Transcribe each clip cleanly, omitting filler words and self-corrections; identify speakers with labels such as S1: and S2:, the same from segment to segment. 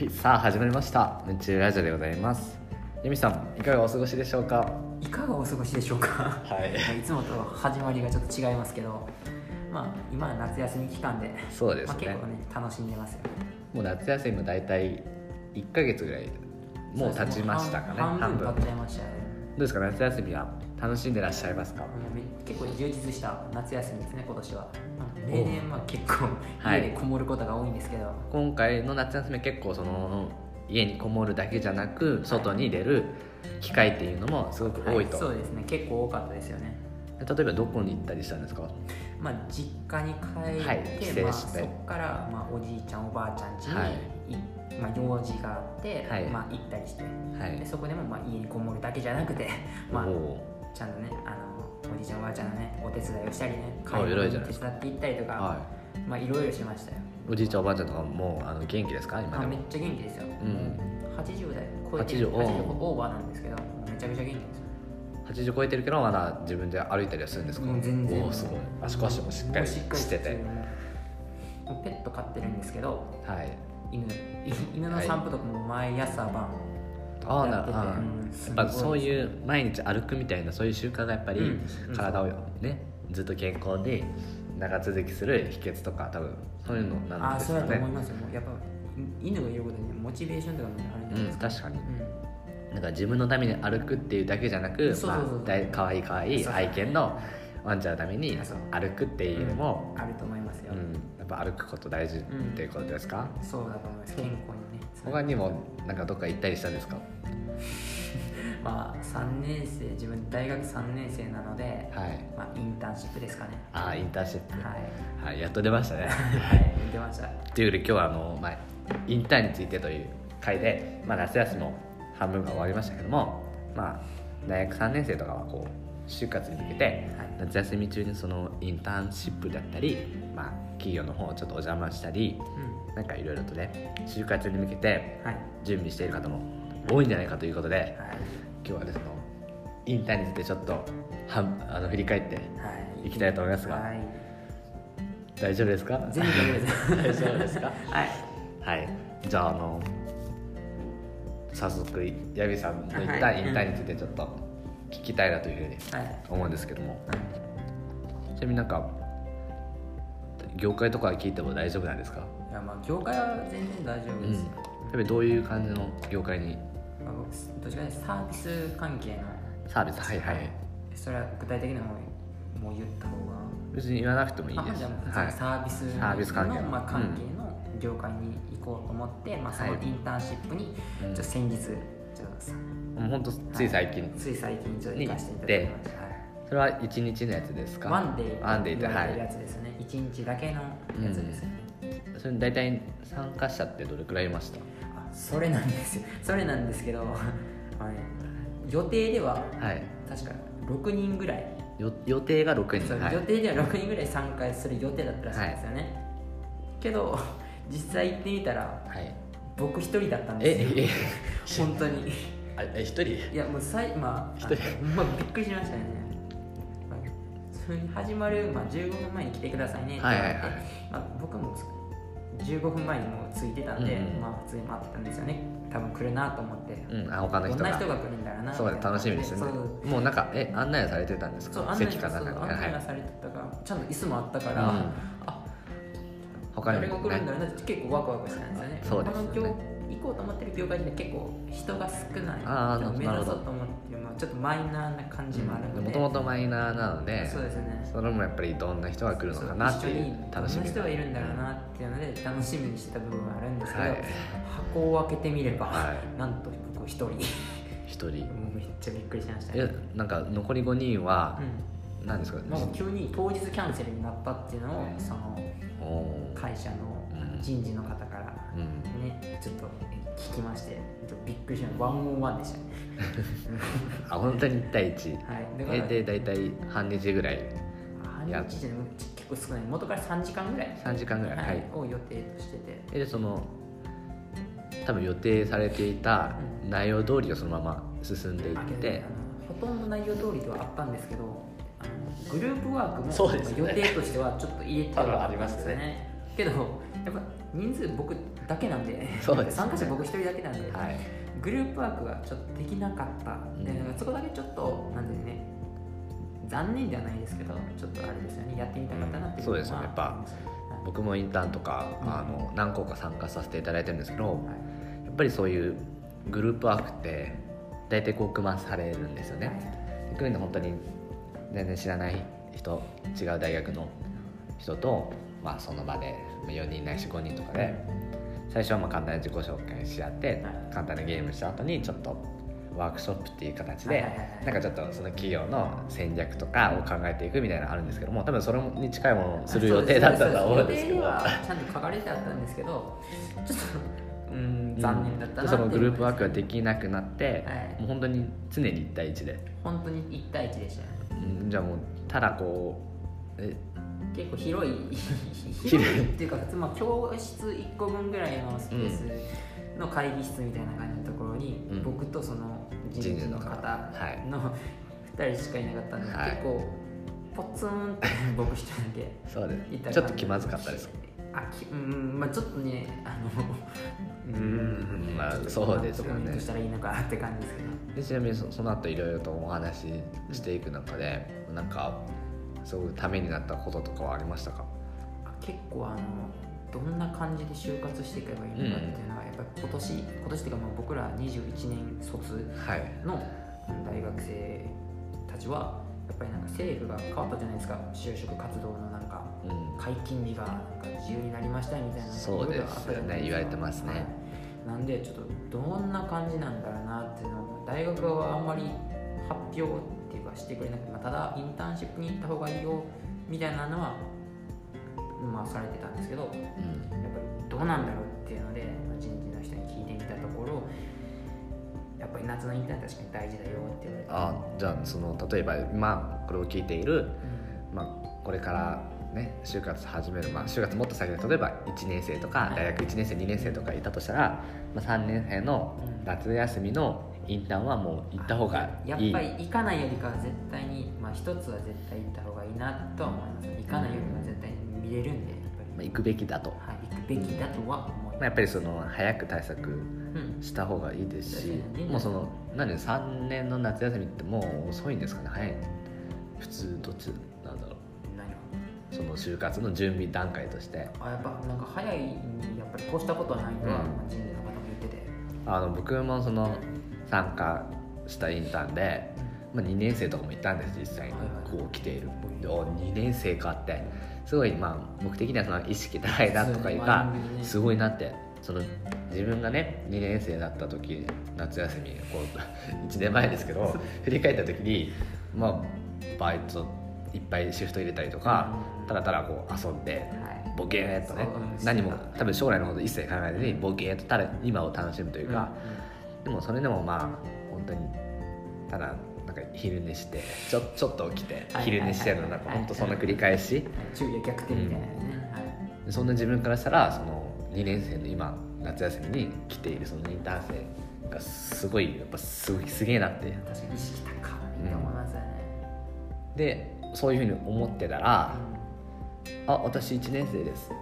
S1: はい、さあ始まりました夢中ラジオでございます。ユミさん、いかがお過ごしでしょうか？
S2: いかがお過ごしでしょうか
S1: はい
S2: いつもと始まりがちょっと違いますけど、今は夏休み期間で、
S1: そうですね、
S2: 結構ね楽しんでますよ。
S1: もう夏休みもだいたい1ヶ月ぐらいもう経ちましたかね。
S2: 半分経っちゃいましたね。
S1: どうですか、夏休みは楽しんでらっしゃいますか？
S2: 結構充実した夏休みですね今年は。例年は結構
S1: はい
S2: 家でこもることが多いんですけど、
S1: 今回の夏休みは結構その家にこもるだけじゃなく外に出る機会っていうのもすごく多いと、
S2: そうですね、結構多かったですよね。
S1: 例えばどこに行ったりしたんですか？
S2: 実家に帰って、
S1: はい帰省して
S2: そこから、おじいちゃんおばあちゃん家に、
S1: はい
S2: 用事があって、
S1: はい
S2: 行ったりして、
S1: はい
S2: でそこでも家にこもるだけじゃなくて、
S1: おー
S2: ちゃんとねおじいちゃんおばあちゃんのねお手伝いをしたりね、
S1: あ偉いじゃないです
S2: 手伝って行ったりとか、
S1: はい
S2: ろいろしましたよ。
S1: おじいちゃんおばあちゃんとかもう元気ですか今でも？
S2: めっちゃ元気ですよ、
S1: うん
S2: 80代超えてる、80オーバーなんですけど、めちゃくちゃ元気ですよ。
S1: 80超えてるけどまだ自分で歩いたりはするんですか？
S2: もう全然
S1: おーすごい、足腰もしっかりしてて、
S2: もうペット飼ってるんですけど、
S1: はい
S2: 犬の散歩とかも毎朝晩やってて、
S1: やっぱそういう毎日歩くみたいなそういう習慣がやっぱり体をねずっと健康で長続きする秘訣とか多分そういうのなんです
S2: そう
S1: よね。
S2: だと思いますよ。もうやっぱ犬がいることにモチベーションとかもあるんじゃないですか。
S1: 確かに、なんか自分のために歩くっていうだけじゃなく、かわいいかわいい愛犬のワンちゃんのために歩くっていうのも、
S2: あると思いますよ。
S1: やっぱ歩くこと大事っていうことですか？
S2: そうだと思います。健康にね。
S1: 他にもなんかどっか行ったりしたんですか
S2: 3年生、自分大学3年生なので、
S1: はい
S2: インターンシップですかね。
S1: インターンシップ、
S2: はい
S1: はい、やっと出ましたね
S2: はい出ました。
S1: というより今日はインターンについてという回で、夏休みも半分が終わりましたけども、大学3年生とかはこう就活に向けて、夏休み中にそのインターンシップだったり、企業の方をちょっとお邪魔したり、なんかいろいろとね就活に向けて準備している方も多いんじゃないかということで、今日はですねインターンについてちょっと振り返っていきたいと思いますが、大丈夫ですか？
S2: 全然大丈夫です
S1: 大丈夫ですか？
S2: はい、
S1: じゃあ早速ヤビさんの言ったインターンについてちょっと聞きたいなというふうに思うんですけども、ちなみになんか業界とか聞いても大丈夫なんですか？
S2: いや業界は全然大丈夫ですよ。
S1: やっぱりどういう感じの業界に？
S2: どちらかというとサービス関係の
S1: サービス、はいはい。
S2: それは具体的なものを言った方が
S1: 別に言わなくてもいいです。
S2: サービス関係の関係の業界に行こうと思って、そのインターンシップに先日
S1: もう本当つい最近
S2: ちょっと行かせていただきました。
S1: それは1日のやつですか？
S2: ワンデイ
S1: で、
S2: はい、やつですね。1日だけのやつですね。
S1: それ大体参加者ってどれくらいいました？
S2: それなんですよ。それなんですけど予定では確か6人ぐらい、
S1: 予定が6人、
S2: 予定では6人ぐらい参加する予定だったらしいんですよね。けど実際行ってみたら、僕一人だったんですよ。本当に
S1: 一人？
S2: いやもう一人びっくりしましたね。それ始まる、15分前に来てくださいねって言われて、僕も15分前にもう着いてたんで、普通に待ってたんですよね。多分来るなと思って、
S1: 他の人が
S2: どんな人が来るんだろうな。
S1: そう楽しみですね。もうなんか案内されてたんですか？席かなんか
S2: 案内されてたから、ちゃんと椅子もあったから、
S1: 他に
S2: 誰が来るんだろうなって結構ワクワクしたんですよね。
S1: そうですね。
S2: 行こうと思ってる業界で結構人が少ない。目指そうと思ってちょっとマイナーな感じもあるので。
S1: もともとマイナーなので、
S2: そうですね。
S1: それもやっぱりどんな人が来るのかなっていう楽しみ。
S2: どんな人がいるんだろうなっていうので楽しみにしてた部分はあるんですけど、箱を開けてみれば、なんと僕一人めっちゃびっくりしましたね。
S1: なんか残り5人は何ですか？
S2: 急に当日キャンセルになったっていうのをその会社の人事の方からねちょっと聞きまして、びっくりしました。101でしたね。
S1: 本当に1対1。で大体半日ぐらい。
S2: 半日で結構少ない。元から3時間ぐらい。
S1: 3時間ぐらい、
S2: を予定としてて。
S1: でその多分予定されていた内容通りがそのまま進んでいって、
S2: ほとんど内容通りではあったんですけど、グループワークも
S1: そうですね、
S2: 予定としてはちょっと入れてはありますよね。 けどやっぱ人数僕だけなんで、
S1: そうですね、
S2: 参加者僕一人だけなんで、
S1: はい、
S2: グループワークがちょっとできなかった、でそこだけちょっとなんでね、残念ではないですけどちょっとあれですよね、やってみたかったなっていうのは、
S1: そうですよね。やっぱ僕もインターンとか、何個か参加させていただいてるんですけど、やっぱりそういうグループワークって大体こう組まされるんですよね。組んで本当に全然知らない人、違う大学の人と、その場で4人ないし5人とかで最初は簡単な自己紹介し合って、簡単なゲームした後にちょっとワークショップっていう形でなんかちょっとその企業の戦略とかを考えていくみたいなのがあるんですけども、多分それに近いものをする予定だったと思うんですけど、
S2: ちゃんと書かれてあったんですけど、ちょっと残念だったなって。
S1: そのグループワークができなくなって、もう本当に常に1対1で、
S2: 本当に1対1でしたね。
S1: じゃあもうただこう
S2: 結構広いっていうか、教室1個分ぐらいのスペースの会議室みたいな感じのところに、僕とその人事の方の2人しかいなかったんで、結構ポツンって僕一人だけ。
S1: そうです。ちょっと気まずかったです。
S2: ちょっとね、
S1: そうですよね。
S2: どうしたらいいのかって感じですけど。
S1: でちなみにその後いろいろとお話ししていく中で、なんかすごくためになったこととかはありましたか？
S2: 結構どんな感じで就活していけばいいのかっていうのは、やっぱり今年っていうか、僕ら21年卒の大学生たちはやっぱりなんか政府が変わったじゃないですか。就職活動のなんか解禁日がなんか自由になりましたみたいな、
S1: そうですよね、言われてますね。
S2: なんでちょっとどんな感じなんだろうなっていうのを大学はあんまり発表っていうかしてくれなくて、ただインターンシップに行った方がいいよみたいなのはされてたんですけど、やっぱりどうなんだろうっていうので、人事の人に聞いてみたところ、やっぱり夏のインターン確かに大事だよって言われて。
S1: じゃあその例えば今これを聞いている、これからね就活始める、就活もっと先で例えば1年生とか大学1年生2年生とかいたとしたら、3年生の夏休みのインターンはもう行った方がいい。
S2: やっぱり行かないよりかは絶対に、一つは絶対行った方がいいなとは思います。行かないよりは絶対に見れるんで、やっぱり
S1: 行くべきだと、
S2: 行くべきだとは思います。
S1: やっぱりその早く対策した方がいいですし、もうその3年の夏休みってもう遅いんですかね、早い？普通どっちなんだろう。その就活の準備段階として
S2: やっぱなんか早いにやっぱりこうしたことはないとは、人事の方も言ってて、
S1: 僕もその参加したインターンで、2年生とかもいたんです。実際にこう来ている、2年生かってすごい、僕的にはその意識高いなとかいうか、すごいなって、その自分がね2年生だった時、夏休みこう1年前ですけど振り返った時に、バイトいっぱいシフト入れたりとか、ただただこう遊んで、ボケーっとね、何も多分将来のこと一切考えずにボケーっとただ今を楽しむというか、でもそれでも本当にただなんか昼寝してちょっと起きて昼寝してるの、なんか本当そんな繰り返し、
S2: 昼夜逆転みたいなね、
S1: そんな自分からしたら、その2年生の今夏休みに来ているそのインターン生がすごいやっぱすげえなって。
S2: 確かに意識高いと思いますよね。
S1: でそういうふうに思ってたら、私1年生です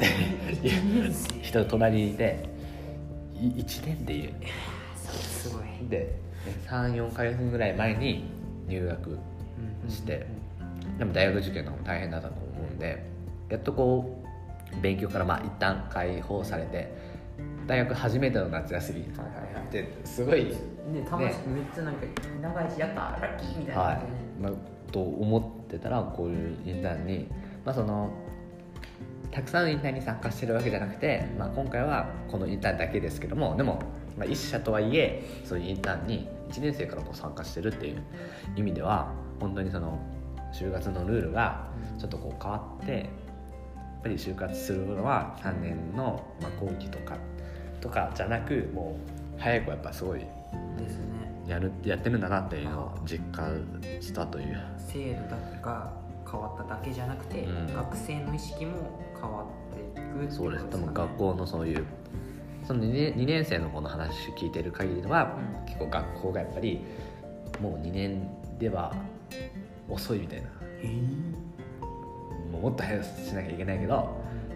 S1: 人隣にいて、1年で言う、
S2: すごい
S1: で 3,4 ヶ月ぐらい前に入学して、でも大学受験の方も大変だったと思うんで、やっとこう勉強から一旦解放されて、大学初めての夏休みってすごい
S2: ね、楽しい、めっちゃなんか長いし、やったラッキーみたいな感じでね、
S1: と思ってたら、こういうインターンに、そのたくさんのインターンに参加してるわけじゃなくて、今回はこのインターンだけですけども、でも、一社とはいえそういうインターンに1年生からも参加してるっていう意味では、本当にその就活のルールがちょっとこう変わって、やっぱり就活するのは3年の後期とかじゃなく、もう早くやっぱすごい
S2: ですね、
S1: やってるんだなっていうのを実感したという。
S2: 制度が変わっただけじゃなくて、学生の意識も変わっていくっていうことですかね。
S1: そうです。多分学校のそういうその 2年生の子の話を聞いてる限りでは、結構学校がやっぱりもう2年では遅いみたいな、もっと早くしなきゃいけないけど、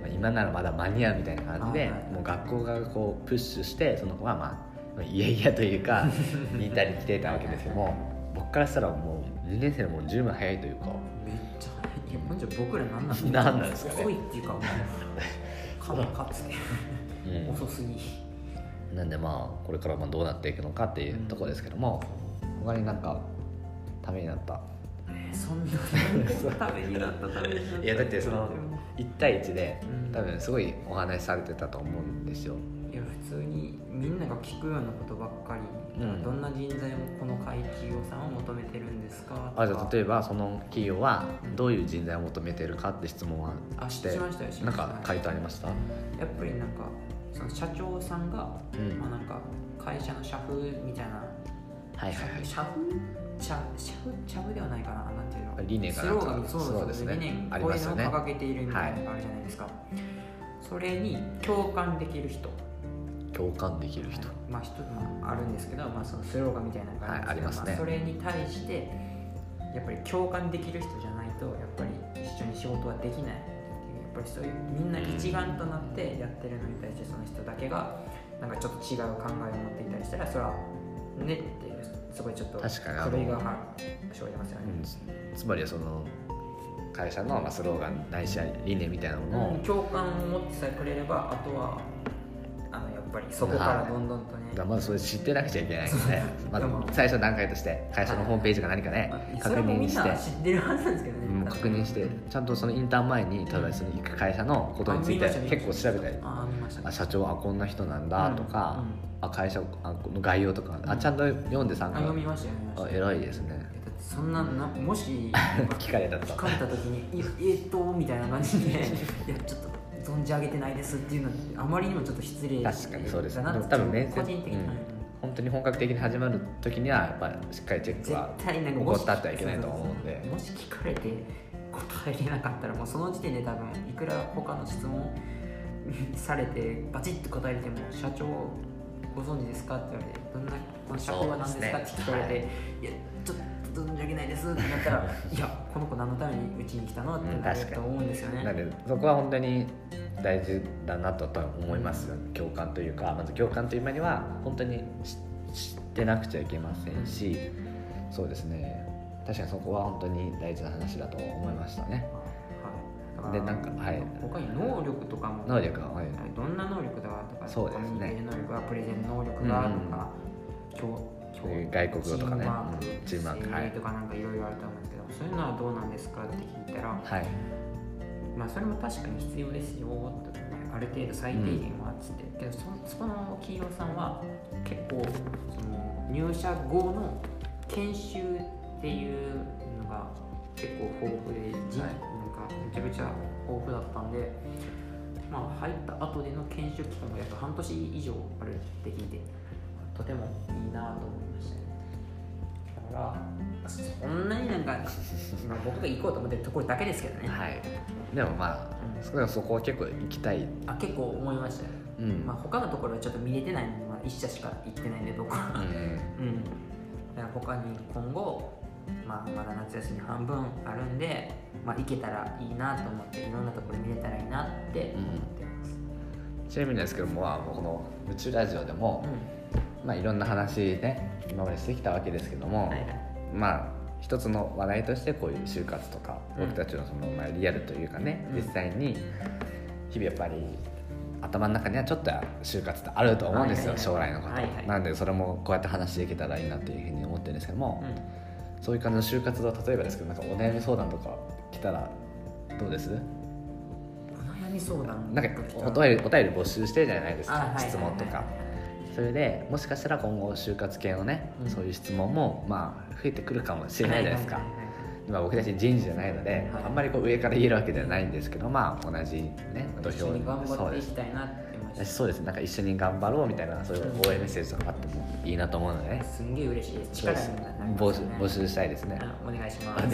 S1: 今ならまだ間に合うみたいな感じで、
S2: はいはい、
S1: もう学校がこうプッシュしてその子はまあいやいやというか似たり来てたわけですけども、僕からしたらもう2年生のもう十分早いというか、
S2: めっちゃ早い。いやほんじゃ僕ら
S1: なんなんですかね、
S2: 遅いっていうかもうかつて遅すぎ。
S1: なんでまあこれからまあどうなっていくのかっていうところですけども、他になんかためになった、
S2: そんなためになった
S1: いやだってその1対1で多分すごいお話しされてたと思うんですよ。
S2: いや普通にみんなが聞くようなことばっかり、どんな人材をこの会企業さんは求めてるんですかとか、
S1: じゃあ例えばその企業はどういう人材を求めてるかって質問はして
S2: しましたよ。
S1: なんか回答ありました？
S2: やっぱりなんかその社長さんが、まあなんか会社の社風みたいな、社風ではないかな、なんていうの、
S1: 理念が
S2: スローガン、
S1: そうですね、
S2: 理念、
S1: ありますよね、
S2: こういうのを掲げているみたいなのがあるじゃないですか、それに共感できる人、まああるんですけど、まあ、そのスローガンみたいなのがあるんですけど、それに対してやっぱり共感できる人じゃないとやっぱり一緒に仕事はできない。やっぱりそういうみんな一丸となってやってるのに対してその人だけがなんかちょっと違う考えを持っていたりしたら、それはねっていうすごいちょっと狂いが生じますよね。
S1: つまりはその会社のスローガンないし理念みたいなものを
S2: 共感を持ってさえくれれば、あとはやっぱりそこからどんどんとね、
S1: まずそれ知ってなくちゃいけないので、まず最初の段階として会社のホームページか何かで確認して、
S2: それもみんな知ってるはずなんですけどね、
S1: 確認してちゃんとそのインターン前にただその行く会社のことについて結構調べたり、社長はこんな人なんだとか、会社の概要とかちゃんと読んで参加、
S2: 読みました。
S1: 偉いですね。
S2: そんなもし
S1: 聞かれた
S2: 時にみたいな感じでいやちょっと存じ上げてないですっていうのってあまりにもちょっと失礼だな。
S1: 確かにそうですね。多分面接本当に本格的に始まる時にはやっぱりしっかりチェックは怠ってはいけないと思うので、
S2: もし聞かれて答えれなかったらもうその時点で多分いくら他の質問されてバチッと答えても、社長ご存知ですかって言われて、どんなこの社長は何ですかって聞かれて、いやちょっと存じ上げないですってなったらいやこの子何のためにうちに来たのってなると思うんですよね。
S1: なのでそこは本当に大事だなと思いますよ。共感というか、まず共感という前には本当に知ってなくちゃいけませんし、そうですね、確かにそこは本当に大事な話だと思いましたね。でなんか
S2: 他に能力とかも、
S1: 能力は、
S2: どんな能力だとか、
S1: そうですね、
S2: 能力はプレゼン能力がとか、
S1: 外国語とかね、
S2: チームワークとかなんかいろいろあると思うんですけど、そういうのはどうなんですかって聞いたら、まあそれも確かに必要ですよとかね、ある程度最低限はっつって、けどそこの企業さんは結構その入社後の研修っていうのが結構豊富で、なんかめちゃくちゃ豊富だったんで、まあ入った後での研修期間が約半年以上あるって聞いて、とてもいいなと思いましたね。だからそんなになんか僕が行こうと思ってるところだけですけどね。
S1: でもまあ、そこは結構行きたい。
S2: 結構思いましたよ。まあ他のところはちょっと見れてないので、1社しか行ってないんで僕は。だから他に今後、まだ夏休み半分あるんで、行けたらいいなと思って、いろんなところ見れたらいいなって思ってます。
S1: ちなみにですけども、この宇宙ラジオでも、いろんな話ね今までしてきたわけですけども、一つの話題としてこういう就活とか、僕たちのそのリアルというかね、実際に日々やっぱり頭の中にはちょっと就活ってあると思うんですよ、将来のこと、なのでそれもこうやって話していけたらいいなというふうに思ってるんですけども、そういう感じの就活は例えばですけど、なんかお悩み相談とか来たらどうです？
S2: お悩み相談
S1: なんかお便り募集してるじゃないですか、質問とか。それでもしかしたら今後就活系のね、そういう質問も増えてくるかもしれないじゃないですか。今僕たち人事じゃないので、あんまりこう上から言えるわけではないんですけど、同じね土俵に
S2: 頑張っていきたいなって思います。
S1: そうです、なんか一緒に頑張ろうみたいな、そういう応援メッセージとかあってもいいなと思うのでね、
S2: すんげえ嬉しいです。力になりますね。
S1: 募集したいですね。
S2: お願いします。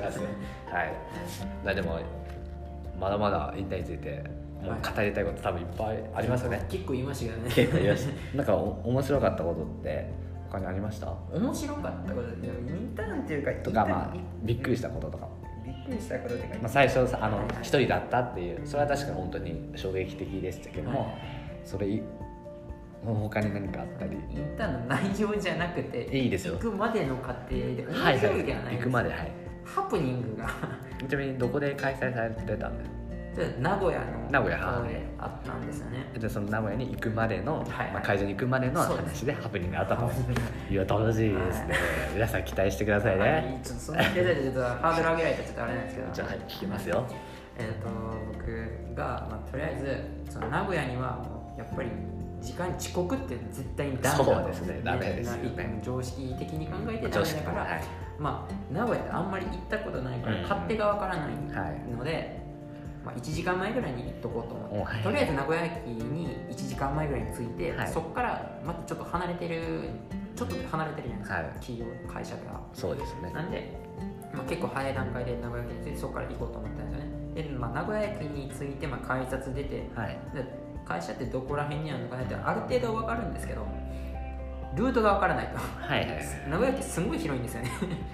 S1: はい。でもまだまだ引退についてもう語りたいこと多分いっぱいありますよね。
S2: 結構言いましたけどね。
S1: 結構言いました。なんか面白かったことって他にありました？
S2: 面白かったことで、インターンっていうか
S1: とかびっくりしたこととか。
S2: びっくりしたことって
S1: まあ、最初さ一人だったっていう、それは確かに本当に衝撃的でしたけども、それ他に何かあったり、
S2: インターンの内容じゃなくて
S1: いいですよ、
S2: 行くまでの過程で面
S1: はい
S2: 白いじゃないですか、
S1: 行くまで、はい、
S2: ハプニングが
S1: ちなみにどこで開催されてたんだよ。
S2: 名古屋の
S1: 名古屋
S2: 方であったんですよね。
S1: じゃあその名古屋に行くまでの、
S2: はいはい、
S1: まあ、会場に行くまでの話でハプニングがあったと。いや楽しいですね、皆さん期待してくださいね。
S2: ちょっとその期待でちょっとハードル上げられたらちょっとあれなんですけど、
S1: じゃあ聞きますよ。
S2: 僕が、まあ、とりあえずその名古屋にはもうやっぱり時間遅刻って絶対にダメだと。
S1: そうですね、ダメですよね。
S2: 常識的に考えてダメだから、はい、まあ名古屋ってあんまり行ったことないから勝手がわからないので、まあ、1時間前ぐらいに行っとこうと思って、とりあえず名古屋駅に1時間前ぐらいに着いて、そこからまたちょっと離れてるじゃないですか、企業会社が。
S1: そうですね。
S2: なんで、まあ、結構早い段階で名古屋駅に着いてそこから行こうと思ったんですよね。で、まあ、名古屋駅に着いて、まあ、改札出て、で会社ってどこら辺にあるのかなってある程度分かるんですけど、ルートが分からないと。名古屋駅すごい広いんですよね。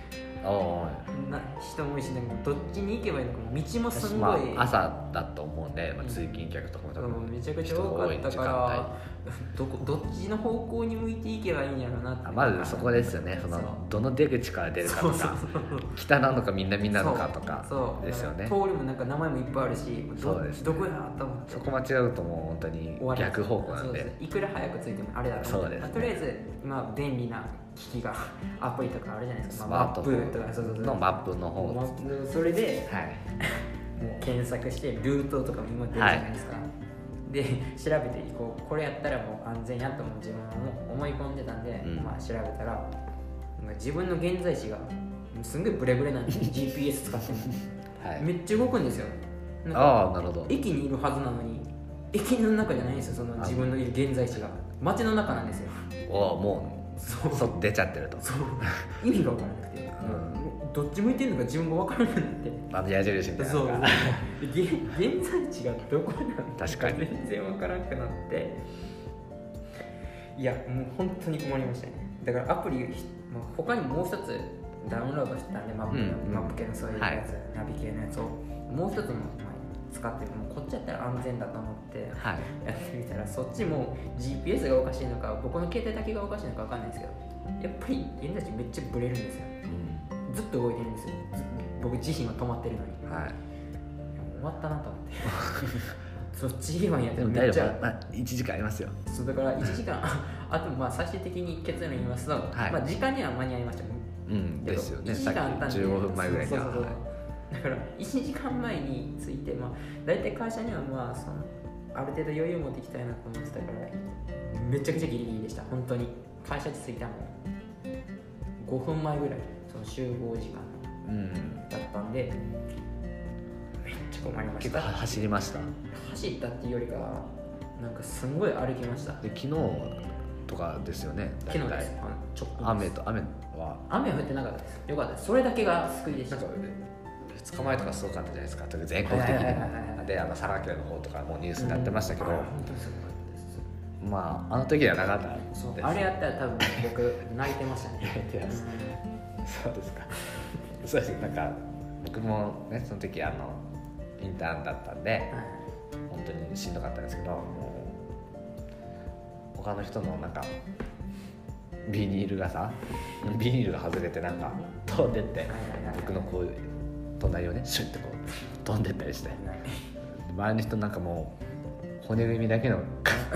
S2: 人も多いし、どっちに行けばいいのかも道もすごい、
S1: 朝だと思うんで、まあ、通勤客とかも多分
S2: めちゃくちゃ多かったからどっちの方向に向いていけばいいんやろうなって。
S1: まずそこですよね、どの出口から出るかとか、北なのか南なのかとかですよね。
S2: 通りもなんか名前もいっぱいあるし、どこやと思って、
S1: そこ間違うともう本当に逆方向なんで、
S2: いくら早く着いてもあれだと思って、とりあえず今便利な機器がアプリとかあるじゃないですか、マップとか
S1: のマップの方、
S2: それで、もう検索してルートとかも今出るじゃないですか、で調べてこれやったらもう安全やと自分は思い込んでたんで、まあ、調べたら自分の現在地がすんごいブレブレなんですよ。GPS 使っても、めっちゃ動くんですよ。なるほど。駅にいるはずなのに駅の中じゃないんですよ、その自分のいる現在地が街の中なんですよ。
S1: もうそう出ちゃってると。
S2: 意味が分からなくて、どっち向いてるのか自分が分からなくて、
S1: 矢印みたいなのが
S2: 現在地がどこなのか
S1: 確かに
S2: 全然分からなくなって、いやもう本当に困りましたね。だからアプリ、他にもう一つダウンロードしてたんで、マップ系のそういうやつ、ナビ系のやつをもう一つも使って、もうこっちやったら安全だと思ってやってみたら、そっちも GPS がおかしいのか僕の携帯だけがおかしいのか分かんないですけど、やっぱり現在地めっちゃブレるんですよ、ずっと動いてるんですよ、僕自身は止まってるのに、終わったなと思ってそっち以外やってもめっちゃ
S1: 1時間ありますよ。
S2: そうだから1時間あとまあ最終的に結論言いますと、まあ時間には間に合いました。
S1: ですよね。
S2: 1時間あったんで
S1: 15分前ぐらいには。
S2: だから1時間前に着いて、まあ大体会社にはまあある程度余裕を持っていきたいなと思ってたから、めちゃくちゃギリギリでした。本当に会社に着いたの5分前ぐらい、その集合時間だったんで、めっちゃ困りました。
S1: 結構走りました。
S2: 走ったっていうよりかなんかすんごい歩きました。
S1: で昨日とかですよね。
S2: 昨日です。
S1: 雨
S2: 降ってなかったです。よかったです。それだけが救いでした。
S1: なんか2日前とかすごかったじゃないですか。全国的にで佐賀県の方とかもニュースになってましたけど、まああの時はなかったです。
S2: あれやったら多分僕泣いてましたね。
S1: そうですか。そうです。なんか僕もねその時インターンだったんで、本当にしんどかったんですけど、もう他の人のなんかビニールが外れてなんか飛んでって、僕のこう隣をねシュッてこう飛んでったりして、周りの人なんかもう骨組みだけの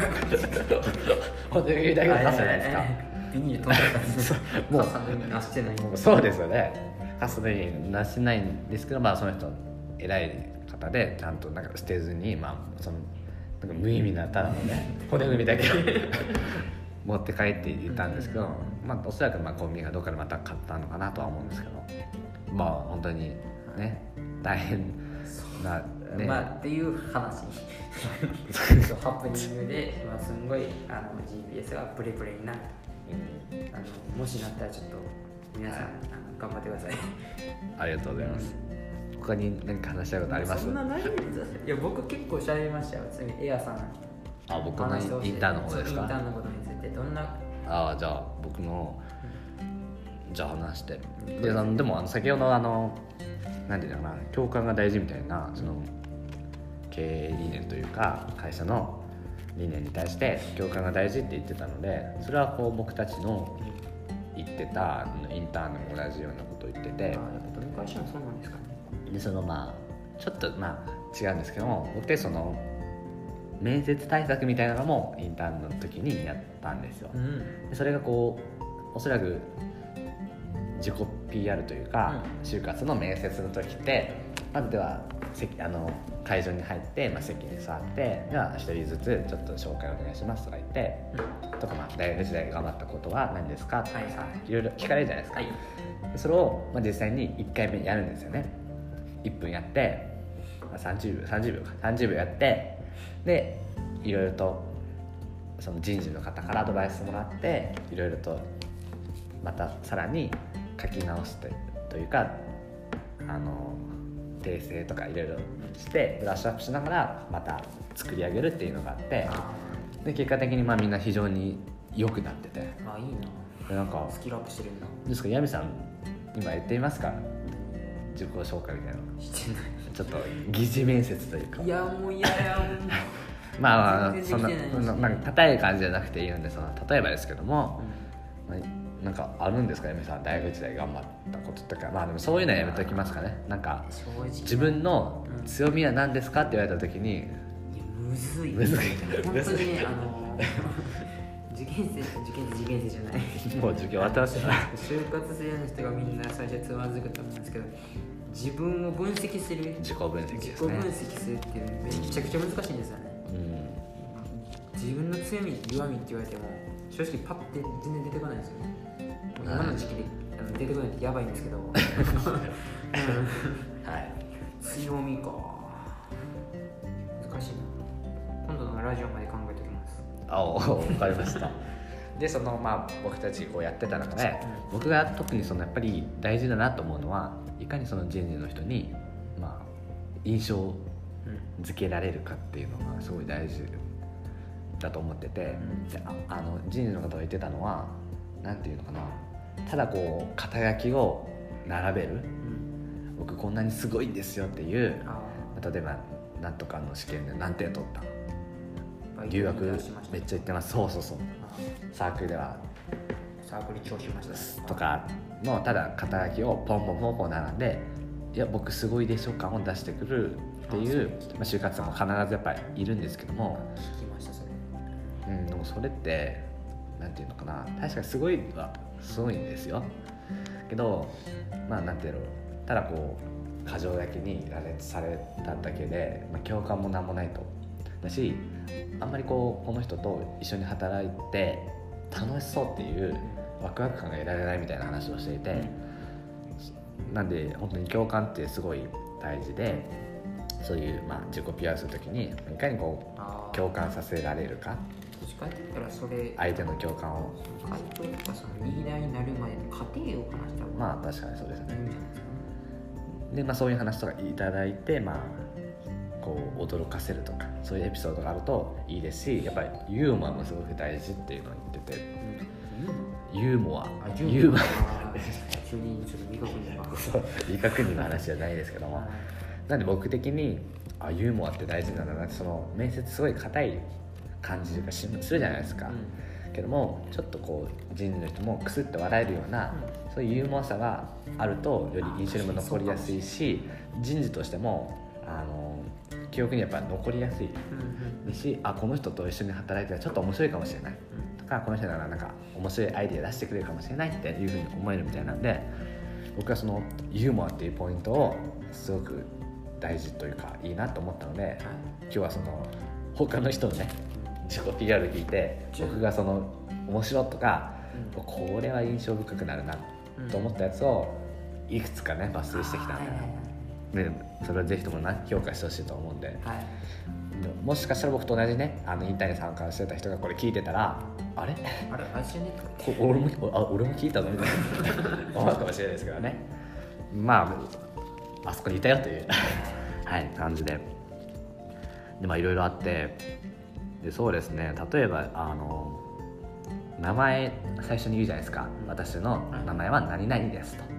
S1: 骨組みだけのカスじゃないですか。
S2: ビニール飛んでたんですよ。もうカスの意味なしてない。
S1: そうですよね。カスの意味なしてないんですけど、まあその人偉い方でちゃんとなんか捨てずに、まあそのなんか無意味なただのね骨組みだけを持って帰っていたんですけど、まあおそらくコンビニがどっかでまた買ったのかなとは思うんですけど、まあ本当にね大変なね、
S2: まあっていう話ハプニングで、まあ、すんごいGPS がブレブレになる、もしなったらちょっと皆さん、頑張ってください。
S1: ありがとうございます。他に何か話したいことあります？
S2: そんなないです。いや僕結構喋りましたよ。次エアさん
S1: 僕のインターンの方ですか？
S2: インターンのことについてどんな
S1: じゃあ僕のじゃあ話してでも先ほどなんていうのかな、共感が大事みたいなその経営理念というか会社の理念に対して共感が大事って言ってたので、それはこう僕たちの言ってたインターンでも同じようなことを言ってて、
S2: やっぱどの会社もそうなんですかね。
S1: でそのまあちょっとまあ違うんですけども、僕ってその面接対策みたいなのもインターンの時にやったんですよ、でそれがこうおそらく自己 PR というか、就活の面接の時ってまずでは会場に入って、席に座って、では一人ずつちょっと紹介お願いしますとか言って、とか大学時代頑張ったことは何ですかとかさ、いろいろ聞かれるじゃないですか、それを、実際に1回目やるんですよね。1分やって、30秒やって、でいろいろとその人事の方からアドバイスもらって、いろいろとまたさらに書き直してというか訂正とかいろいろしてブラッシュアップしながらまた作り上げるっていうのがあって、で結果的にみんな非常に良くなってて、
S2: いいな、
S1: なんか
S2: スキルアップしてるんだ。
S1: ですか、ヤミさん今言ってみますか、自己紹介みたいなの。
S2: してない。
S1: ちょっと疑似面接というか、
S2: いやもう嫌や
S1: そんななんか硬い感じじゃなくていいので、その例えばですけども、なんかあるんですか、ヤミさん大学時代頑張ったこととか。でもそういうのはやめておきますかね。なんか自分の強みは何ですかって言われた時に、
S2: むずい
S1: 本
S2: 当にね、受験生じゃない
S1: もう授業終わってますよね。
S2: 就活生の人がみんな最初つまずくと思うんですけど、自分を分析する、
S1: 自己分析ですね。
S2: 自己分析するっていうのめちゃくちゃ難しいんですよね、自分の強み弱みって言われても正直パッて全然出てこないんですよね。今の時期で出てこないってやばいんですけどはい、強みか難しいな。今度のラジオまで考えておきます。
S1: 分かりましたでその僕たちこうやってた中で、僕が特にそのやっぱり大事だなと思うのは、いかにその人事の人に印象付けられるかっていうのがすごい大事だと思ってて、で人事の方が言ってたのは、なんていうのかな、ただこう肩書きを並べる、僕こんなにすごいんですよっていう、例えばなんとかの試験で何点取った、留学めっちゃ行ってます、そうサークルでは
S2: サークル調子ました
S1: とかのただ肩書きをポンポン並んで、いや僕すごいでしょ感を出してくるっていう、就活生も必ずやっぱりいるんですけども、
S2: 聞きましたそれ。
S1: でもそれってなんていうのかな、確かにすごいはすごいんですよけど、なんていうの、ただこう過剰焼きに羅列されただけで、共感もなんもないと。だし、あんまりこの人と一緒に働いて楽しそうっていうワクワク感が得られないみたいな話をしていて、なんで本当に共感ってすごい大事で、そういう自己 PR するときにいかにこう共感させられるか、
S2: 確かに言ったらそれ
S1: 相手の共感を、
S2: 回答とかそのリーダーになるまでの過程を話した方が
S1: 確かにそうですね。
S2: いいんじゃないですか。
S1: でそういう話とかいただいて、こう驚かせるとか、そういうエピソードがあるといいですし、やっぱりユーモアもすごく大事っていうのを言ってて、ユーモア
S2: 急にちょっと未確認が
S1: そう未確認の話じゃないですけども、なんで僕的にユーモアって大事なんだなって、その面接すごい硬い感じがするじゃないですか、けどもちょっとこう人事の人もクスッと笑えるような、そういうユーモアさがあるとより印象にも残りやすいし、人事としても記憶にやっぱ残りやすいし、この人と一緒に働いてちょっと面白いかもしれないとか、この人ならなんか面白いアイデア出してくれるかもしれないっていうふうに思えるみたいなんで、僕はそのユーモアっていうポイントをすごく大事というかいいなと思ったので、今日はその他の人のね自己 PR 聞いて、僕がその面白とか、これは印象深くなるなと思ったやつをいくつかね抜粋してきたんで、それはぜひとも評価してほしいと思うんで、もしかしたら僕と同じねインターンに参加してた人がこれ聞いてたら、あれ俺も聞いたぞみたいな思うかもしれないですけどね、あそこにいたよという感じで、いろいろあって、でそうですね、例えば名前最初に言うじゃないですか、私の名前は何々ですと。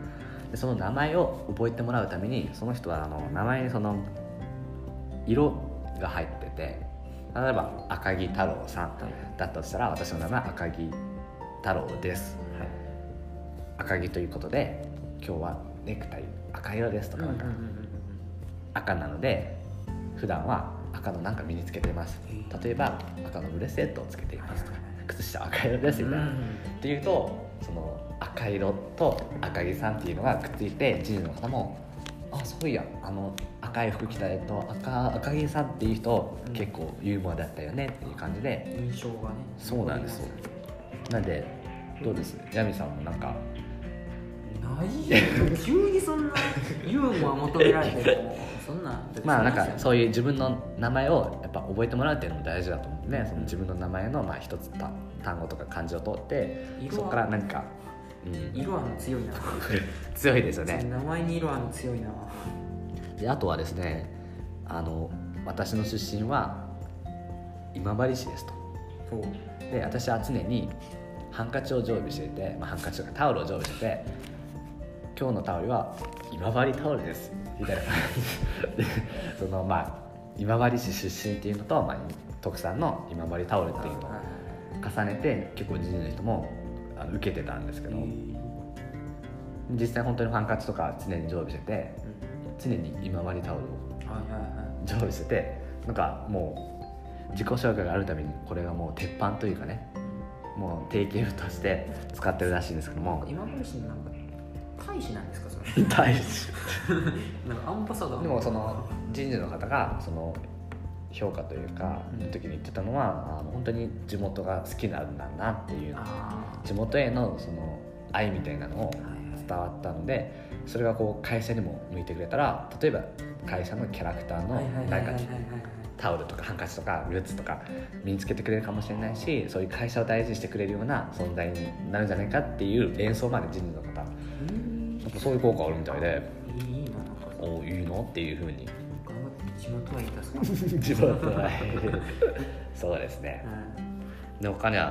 S1: でその名前を覚えてもらうためにその人は名前にその色が入ってて、例えば赤木太郎さんだったとしたら、私の名前は赤木太郎です、はい、赤木ということで今日はネクタイ赤色ですとか、赤なので普段は赤のなんか身につけています、例えば赤のブレスレットをつけていますとか、靴下赤色ですみたいな、っていうとその赤色と赤木さんっていうのがくっついて、知事の方もあ、そういや赤い服着た赤木さんっていう人、結構ユーモアだったよねっていう感じで
S2: 印象がね。
S1: そうなんですよ。なんでどうです、ヤミさんもなんか
S2: ないよ急にそんなユーモア求められてもそんな
S1: まあなんかそういう自分の名前をやっぱ覚えてもらうっていうのも大事だと思うんでね、その自分の名前のまあ一つ単語とか漢字を取ってそこから何か、
S2: 色は強いな
S1: 強いですよね。
S2: 名前に色は強いな。
S1: であとはですね、私の出身は今治市ですと。で私は常にハンカチを常備していて、ハンカチとかタオルを常備してて、今日のタオルは今治タオルですみたいな感じでその今治市出身っていうのと、特産の今治タオルっていうのを重ねて結構人事の人も受けてたんですけど、実際本当にハンカチとか常に常備してて、常に今治タオルを常備してて、なんかもう自己紹介があるためにこれがもう鉄板というかね、もう定型として使ってるらしいんですけども、
S2: 今治市のなんか大使なんですかそれ
S1: 大使
S2: なんかアンバサダー。
S1: でもその人事の方がその評価というかの時に言ってたのは、本当に地元が好きなんだなっていう、地元へのその愛みたいなのを伝わったので、それがこう会社にも向いてくれたら、例えば会社のキャラクターのなんかタオルとかハンカチとかグッズとか身につけてくれるかもしれないし、そういう会社を大事にしてくれるような存在になるんじゃないかっていう連想まで人事の方、そういう効果あるみたいで、
S2: いいな、
S1: おいいのっていうふうに
S2: 地元はいたそう
S1: 地元はそうですね、で他には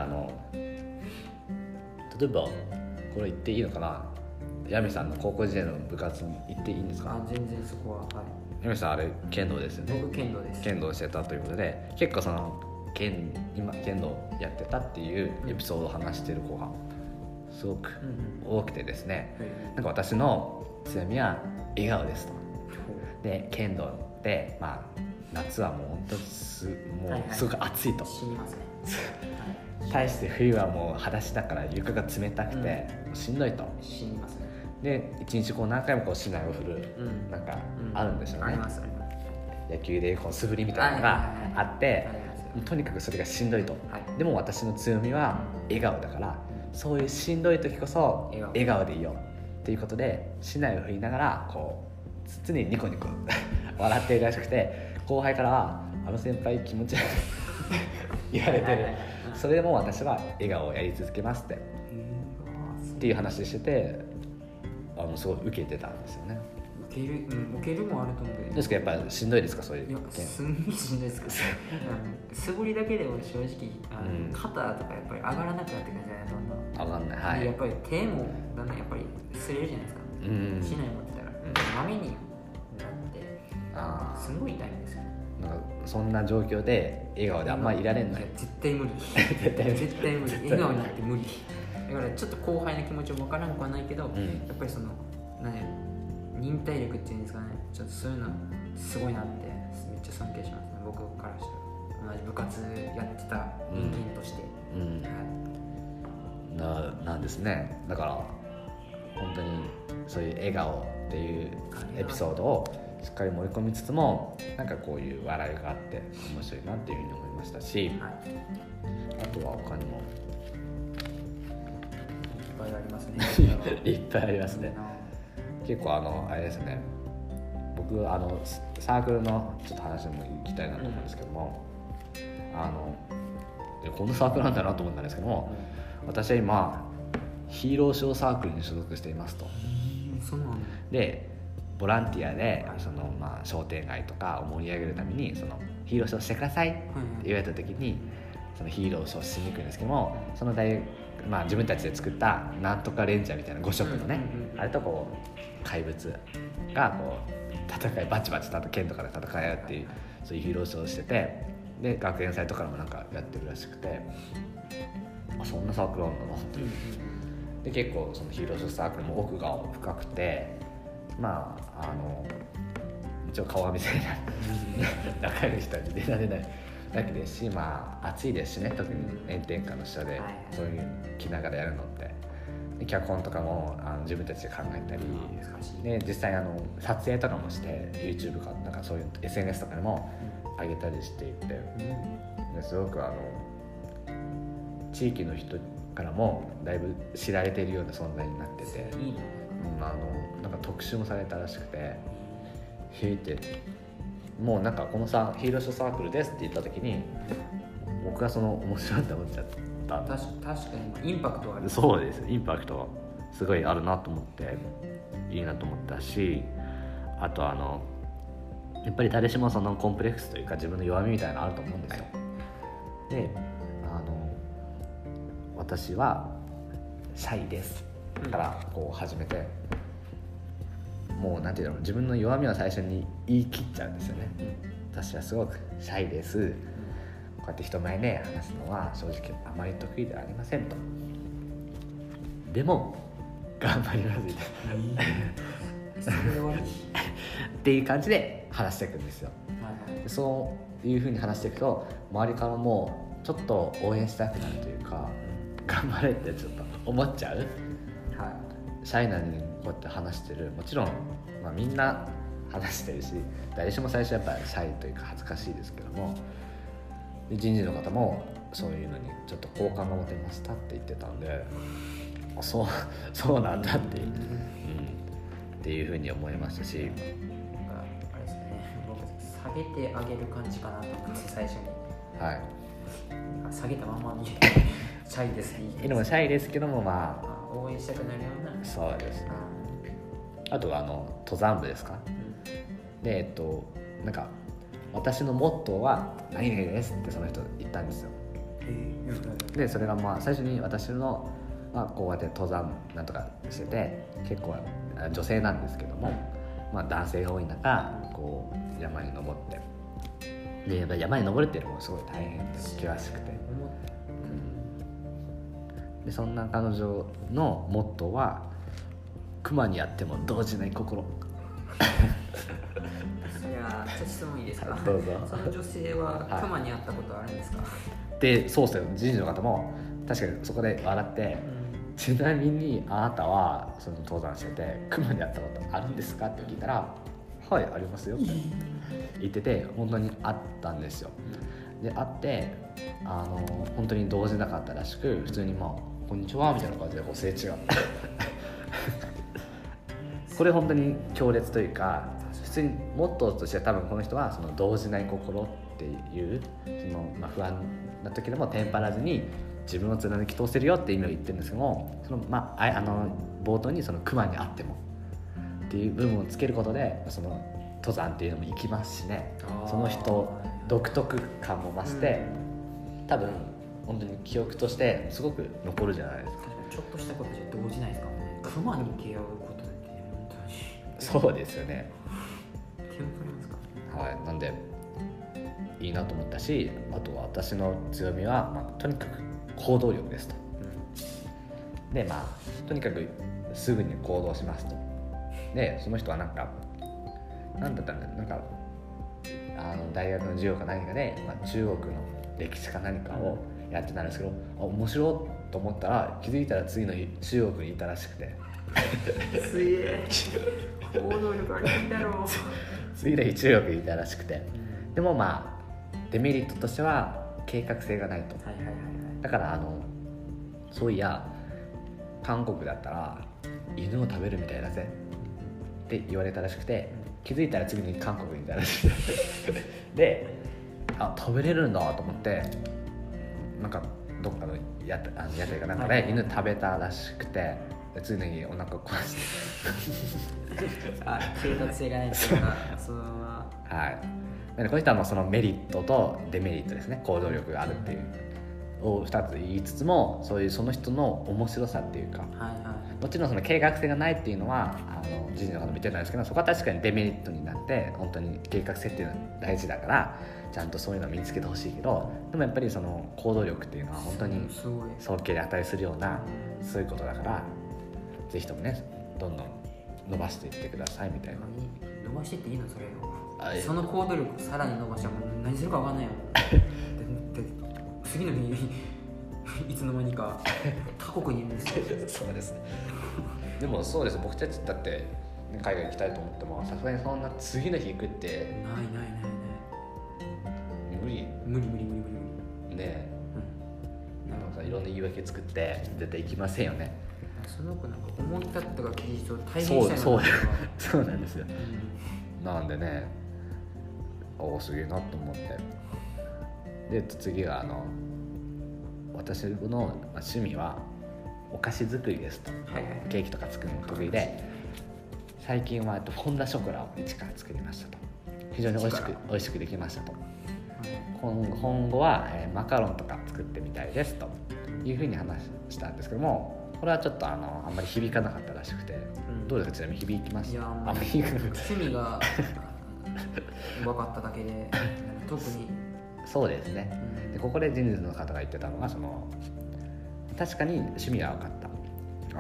S1: 例えばこれ言っていいのかな、ヤミさんの高校時代の部活に行っていいんですか？
S2: 全然そこは、
S1: ヤミさんあれ剣道ですよね。
S2: 僕剣道です。
S1: 剣道してたということで、結構その剣道やってたっていうエピソードを話している子がすごく多くてですね、なんか私の強みは笑顔ですと。で剣道で、夏はもう本当にすごく暑いと、
S2: 死にますね
S1: 対して冬はもう裸足だから床が冷たくて、しんどいと。
S2: 死にますね。
S1: で一日こう何回もこう竹刀を振る、なんかあるんですよね、
S2: あります
S1: 野球でこう素振りみたいなのがあって、とにかくそれがしんどいと、でも私の強みは笑顔だから、そういうしんどい時こそ笑顔でいいよっていうことで竹刀を振りながらこう常にニコニコ笑っているらしくて、後輩からは先輩気持ち悪い言われてる、それでも私は笑顔をやり続けますっていう話してて、すごい受けてたんですよね。
S2: 受けるもあると思うんで。
S1: ですけどやっぱしんどいですか、そういう。
S2: いやすんごいしんどいですか素振りだけでも正直肩とかやっぱり上がらなくなってくるんじゃない、どんどん
S1: 上がんない、
S2: やっぱり手もだんだんやっぱり擦れるじゃないですか、竹刀持ってたら豆になってすごい痛いんですよね。
S1: なんかそんな状況で笑顔であんまりいられんのよ。
S2: 絶対無理絶対無理笑顔になって無理だからちょっと後輩の気持ちも分からんくはないけど、やっぱりその忍耐力っていうんですかね、ちょっとそういうのすごいなってめっちゃ尊敬しますね、僕からしたら。同じ部活やってた人間として、
S1: なんですね。だから本当にそういう笑顔っていうエピソードをしっかり盛り込みつつも、なんかこういう笑いがあって面白いなっていうふうに思いましたし、あとは他にも
S2: いっぱいありますね
S1: いっぱいありますね。結構あれですね、僕サークルのちょっと話も行きたいなと思うんですけども、このサークルなんだなと思ったんですけども、私は今ヒーローショーサークルに所属していますと。
S2: そうなんだ。
S1: でボランティアで商店街とかを盛り上げるためにヒーローショーしてくださいって言われた時に、そのヒーローショーしに行くんですけども、そのまあ、自分たちで作ったなんとかレンジャーみたいな5色のね、あれとこう怪物がこう戦いバチバチ剣とかで戦い合うっていう、そういうヒーローショーをしてて、で学園祭とかでもなんかやってるらしくて、あ、そんなサークルあるんだなっていう。で結構そのヒーローショーサークルも奥が深くて、まあ一応顔は見せれない仲良い人は出られないだけですし、まあ暑いですしね、特に炎天下の下でそういう着ながらやるのって、で脚本とかも自分たちで考えたり、で実際撮影とかもして YouTube かなんかそういう SNS とかでも上げたりしていて、ですごく地域の人からもだいぶ知られているような存在になってて、なんか特集もされたらしくて、もうなんかこのさヒーローショーサークルですって言った時に僕はその面白いって思っちゃった。
S2: 確かにインパクトある。
S1: そうです、インパクトすごいあるなと思っていいなと思ったし、あとやっぱり誰しもそのコンプレックスというか自分の弱みみたいなのあると思うんですよ。で私はシャイですからこう始めて、もうなんていうの、自分の弱みは最初に言い切っちゃうんですよね。私はすごくシャイです、こうやって人前で話すのは正直あまり得意ではありませんと、でも頑張りますみたいなっていう感じで話していくんですよ。でそういう風に話していくと周りからもちょっと応援したくなるというか、頑張れってちょっと思っちゃう、シャイなのにこうやって話してる、もちろん、まあ、みんな話してるし誰しも最初やっぱりシャイというか恥ずかしいですけども、で人事の方もそういうのにちょっと好感が持てましたって言ってたんで、そうなんだっていう、っていうふうに思いましたし、
S2: あれですね、僕下げてあげる感じかなと思って最初に、下げたままにシャイですね。
S1: でもシャイですけども、ま
S2: あ応援したくなるような。
S1: そうですね。あとは登山部ですか、でなんか私のモットーは何々ですってその人言ったんですよ。でそれがまあ最初に私の、こうやって登山なんとかしてて、結構女性なんですけども、まあ、男性が多い中こう山に登って、でやっぱり山に登るっていうのもすごい大変で険しくて、でそんな彼女のモットーは熊にあっても動じない心
S2: それはちょっと質問いいですか。
S1: どうぞ。
S2: その女性は熊に会ったことあるんですか。
S1: でそうっすよ、人事の方も確かにそこで笑って、ちなみにあなたはその登山してて熊に会ったことあるんですかって聞いたら、はいありますよって言ってて、本当にあったんですよ。で会って本当に動じなかったらしく、普通にまあこんにちはみたいな感じでこうすれ違うこれ本当に強烈というか、普通にモットーとして多分この人はその動じない心っていうその、不安な時でもテンパらずに自分を貫き通せるよって意味を言ってるんですけども、その冒頭にその熊にあってもっていう部分をつけることで、その登山っていうのも行きますしね、その人独特感も増して、多分本当に記憶としてすごく残るじゃないですか。
S2: ちょっとしたことじゃ動じないですかね。熊に出会うことって本当に
S1: そうですよね。
S2: テンプですか。
S1: はい、なんでいいなと思ったし、あとは私の強みは、とにかく行動力ですと、でとにかくすぐに行動しますと。でその人はなんだったんだ、なんか大学の授業か何かで、中国の歴史か何かをやってたんですけど、面白いと思ったら気づいたら次の日中国にいたらしくて
S2: すげえ行動力あるんだろう
S1: 次の日中国にいたらしくて、でもデメリットとしては計画性がないと、だからそういや韓国だったら犬を食べるみたいだぜって言われたらしくて、気づいたら次に韓国にいたらしくてで食べれるんだと思って、なんかどっかの屋台かなんかで犬食べたらしくて、次の日お腹壊して
S2: 計画性がないというかその
S1: はい。この人はもうそのメリットとデメリットですね、行動力があるっていうを2つ言いつつも、そういうその人の面白さっていうか、
S2: はいはい、
S1: もちろんその計画性がないっていうのは人事の方も言ってたんですけど、そこは確かにデメリットになって、本当に計画性っていうのは大事だからちゃんとそういうのを身につけてほしいけど、でもやっぱりその行動力っていうのは本当に尊敬に値するようなそういうことだから、ぜひともねどんどん伸ばしていってくださいみたいな。
S2: 伸ばしてっていいのそれ
S1: を、
S2: その行動力をさらに伸ばしても何するか分かんないよで次の日いつの間にか他国にいるんですよ
S1: そうです。でもそうです、僕たちだって海外行きたいと思っても、さすがにそんな次の日行くって
S2: ない
S1: 無理ね。なんかいろんな言い訳作って絶対行きませんよね。
S2: その子なんか思い立ったが期日を体現したい
S1: そうなんですよ、なんでね、すげえなと思って。で次は私の趣味はお菓子作りですと、
S2: はいはい、
S1: ケーキとか作るの得意で、最近はフォンダショコラを一から作りましたと。非常に美味しくできましたと。今後はマカロンとか作ってみたいですというふうに話したんですけども、これはちょっとあんまり響かなかったらしくて、どうですか、ちなみに響きました？
S2: いや、あんまり響かなかった。趣味が分かっただけで特に
S1: そうですね、でここで人事の方が言ってたのが、確かに趣味は分かった、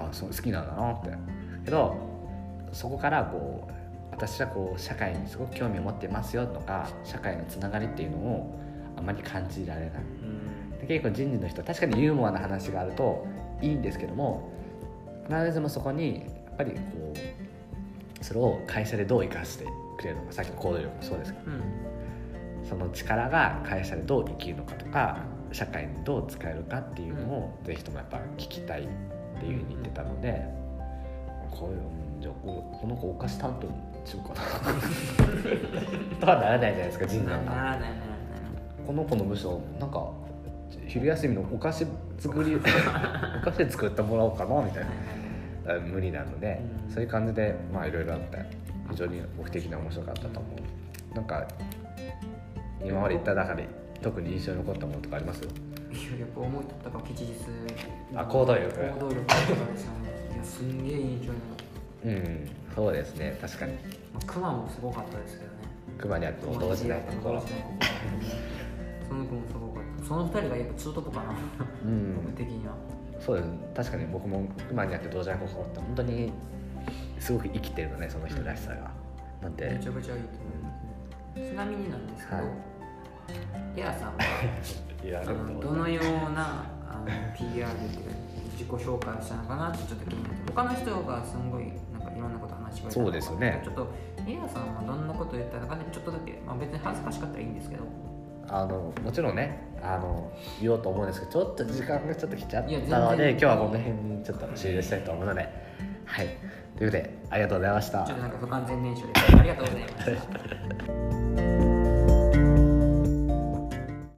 S1: そう好きなんだなって、けどそこから私は社会にすごく興味を持ってますよとか、社会のつながりっていうのをあまり感じられない、で結構人事の人は確かにユーモアな話があるといいんですけども、必ずしもそこにやっぱりそれを会社でどう生かしてくれるのか、さっきの行動力もそうですけど、その力が会社でどう生きるのかとか、社会にどう使えるかっていうのをぜひともやっぱ聞きたいっていうふうに言ってたので、じゃあこの子お菓子担当にしようかなとはならないじゃないですか、人事の方。
S2: ならない
S1: この子の部署なんか昼休みのお菓子作りお菓子作ってもらおうかなみたいな無理なので、そういう感じでいろいろあって非常に僕的には面白かったと思う。なんか今まで言った中で特に印象に残ったものとかあります？
S2: やっぱ思い立ったか吉日
S1: 行動力
S2: とかですよね。いや、すんげえ印象に残った。
S1: そうですね、確かに。
S2: クマもすごかったですけどね。
S1: クマにあっても動じない心。
S2: その子もすごかった。その2人がやっぱツートップかな、僕的には。
S1: そうです、確かに僕もクマにあって動じない心って本当にすごく生きてるのね、その人らしさが。なんで
S2: めちゃくちゃいいと思います。ちなみになんですけど、エアさんはどのようなPR っていうか自己紹介をしたのかなってちょっと気になって、他の人がすごいなんかいろんなこと話してくれたのか、
S1: そうですよね。
S2: ちょっとエアさんはどんなことを言ったのかね、ちょっとだけ、別に恥ずかしかったらいいんですけど、
S1: もちろんね言おうと思うんですけど、ちょっと時間がちょっと来ちゃったので、今日はこの辺にちょっと終了したいと思うので、はい、ということでありがとうございました。
S2: ちょっとなんか不完全燃焼でありがとうございました